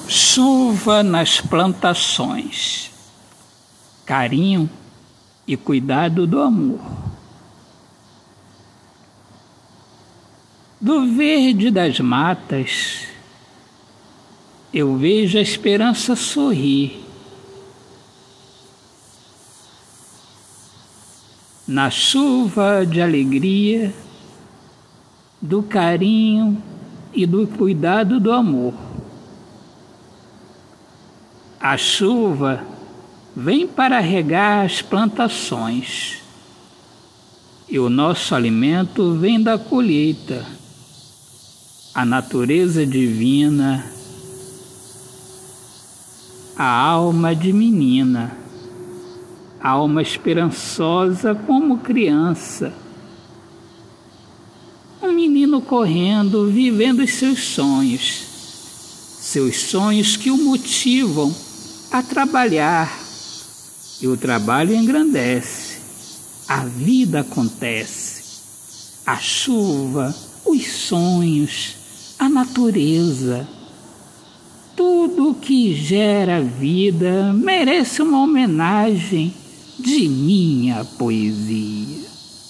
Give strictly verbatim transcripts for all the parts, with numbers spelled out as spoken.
Chuva nas plantações, carinho e cuidado do amor. Do verde das matas, eu vejo a esperança sorrir. Na chuva de alegria, do carinho e do cuidado do amor. A chuva vem para regar as plantações e o nosso alimento vem da colheita. A natureza divina, a alma de menina, a alma esperançosa como criança. Um menino correndo, vivendo os seus sonhos, seus sonhos que o motivam a trabalhar. E o trabalho engrandece, a vida acontece, a chuva, os sonhos, a natureza. Tudo que gera vida merece uma homenagem de minha poesia.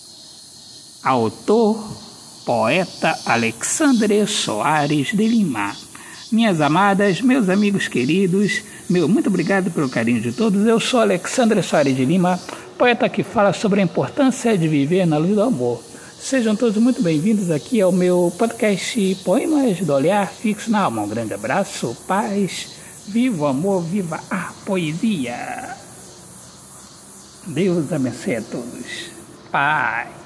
Autor, poeta Alexandre Soares de Lima. Minhas amadas, meus amigos queridos, meu muito obrigado pelo carinho de todos. Eu sou Alexandre Soares de Lima, poeta que fala sobre a importância de viver na luz do amor. Sejam todos muito bem-vindos aqui ao meu podcast Poemas do Olhar Fixo na Alma. Um grande abraço, paz, viva o amor, viva a poesia. Deus abençoe a todos. Paz.